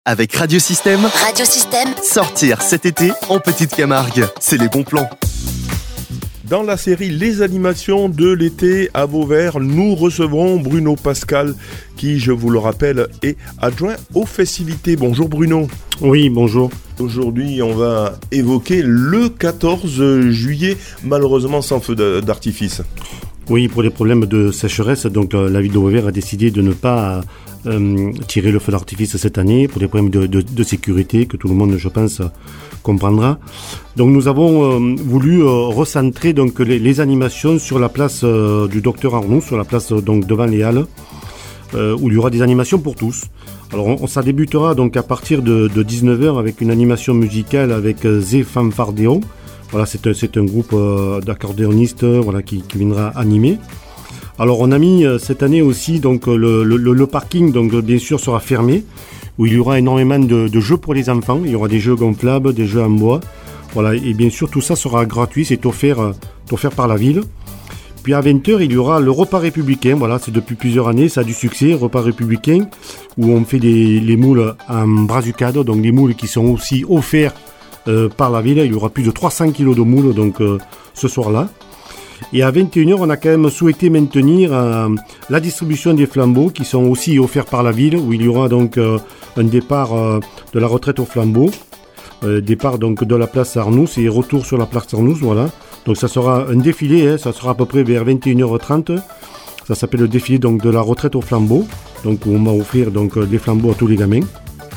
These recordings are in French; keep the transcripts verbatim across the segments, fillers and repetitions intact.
Avec Radio Système, Radio Système, sortir cet été en Petite Camargue, c'est les bons plans. Dans la série Les animations de l'été à Vauvert, nous recevrons Bruno Pascal, qui, je vous le rappelle, est adjoint aux festivités. Bonjour Bruno. Oui, bonjour. Aujourd'hui, on va évoquer le quatorze juillet, malheureusement sans feu d'artifice. Oui, pour les problèmes de sécheresse, donc euh, la ville de Vauvert a décidé de ne pas euh, tirer le feu d'artifice cette année pour des problèmes de, de, de sécurité que tout le monde, je pense, comprendra. Donc nous avons euh, voulu euh, recentrer donc les, les animations sur la place euh, du Docteur Arnoux, sur la place euh, donc devant les Halles, euh, où il y aura des animations pour tous. Alors on, ça débutera donc à partir de, de dix-neuf heures avec une animation musicale avec euh, Zé Fanfardéo. Voilà, c'est un, c'est un groupe euh, d'accordéonistes euh, voilà, qui, qui viendra animer. Alors on a mis euh, cette année aussi donc le, le, le parking donc bien sûr sera fermé, où il y aura énormément de, de jeux pour les enfants. Il y aura des jeux gonflables, des jeux en bois. Voilà, et bien sûr tout ça sera gratuit, c'est offert, euh, offert par la ville. Puis à vingt heures, il y aura le repas républicain. Voilà, c'est depuis plusieurs années, ça a du succès, repas républicain, où on fait des, les moules en brazucade, donc des moules qui sont aussi offerts Euh, par la ville. Il y aura plus de trois cents kilos de moules donc euh, ce soir-là. Et à vingt et une heures, on a quand même souhaité maintenir euh, la distribution des flambeaux qui sont aussi offerts par la ville, où il y aura donc euh, un départ euh, de la retraite aux flambeaux, euh, départ donc de la place Arnoux et retour sur la place Arnoux, voilà. Donc ça sera un défilé, hein, ça sera à peu près vers vingt et une heures trente. Ça s'appelle le défilé donc de la retraite aux flambeaux, donc où on va offrir donc des flambeaux à tous les gamins.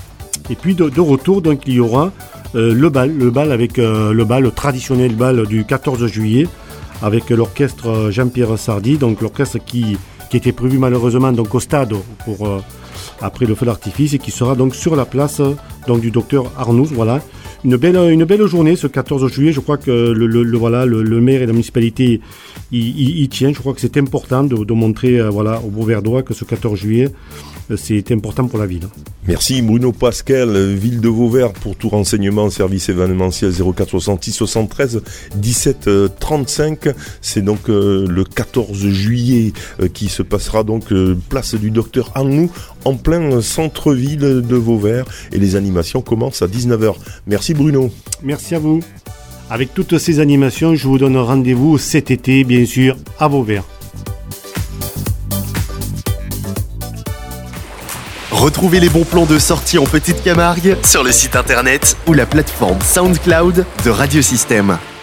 Et puis de, de retour, donc il y aura Euh, le bal, le bal avec euh, le bal, le traditionnel bal du quatorze juillet avec l'orchestre Jean-Pierre Sardy, donc l'orchestre qui, qui était prévu malheureusement donc au stade pour euh, après le feu d'artifice et qui sera donc sur la place donc du docteur Arnoux. Voilà, une belle une belle journée ce quatorze juillet. Je crois que le, le, le voilà le, le maire et la municipalité y, y, y tient. Je crois que c'est important de, de montrer euh, voilà aux Vauverdois que ce quatorze juillet c'est important pour la ville. Merci Bruno Pascal, ville de Vauvert. Pour tout renseignement, service événementiel zéro quatre soixante-six soixante-treize dix-sept trente-cinq. C'est donc euh, le quatorze juillet euh, qui se passera donc euh, place du docteur Arnoux en plein centre-ville de Vauvert et les animations commencent à dix-neuf heures. Merci Bruno. Merci à vous. Avec toutes ces animations, je vous donne rendez-vous cet été, bien sûr, à Vauvert. Retrouvez les bons plans de sortie en Petite Camargue sur le site internet ou la plateforme SoundCloud de Radio Système.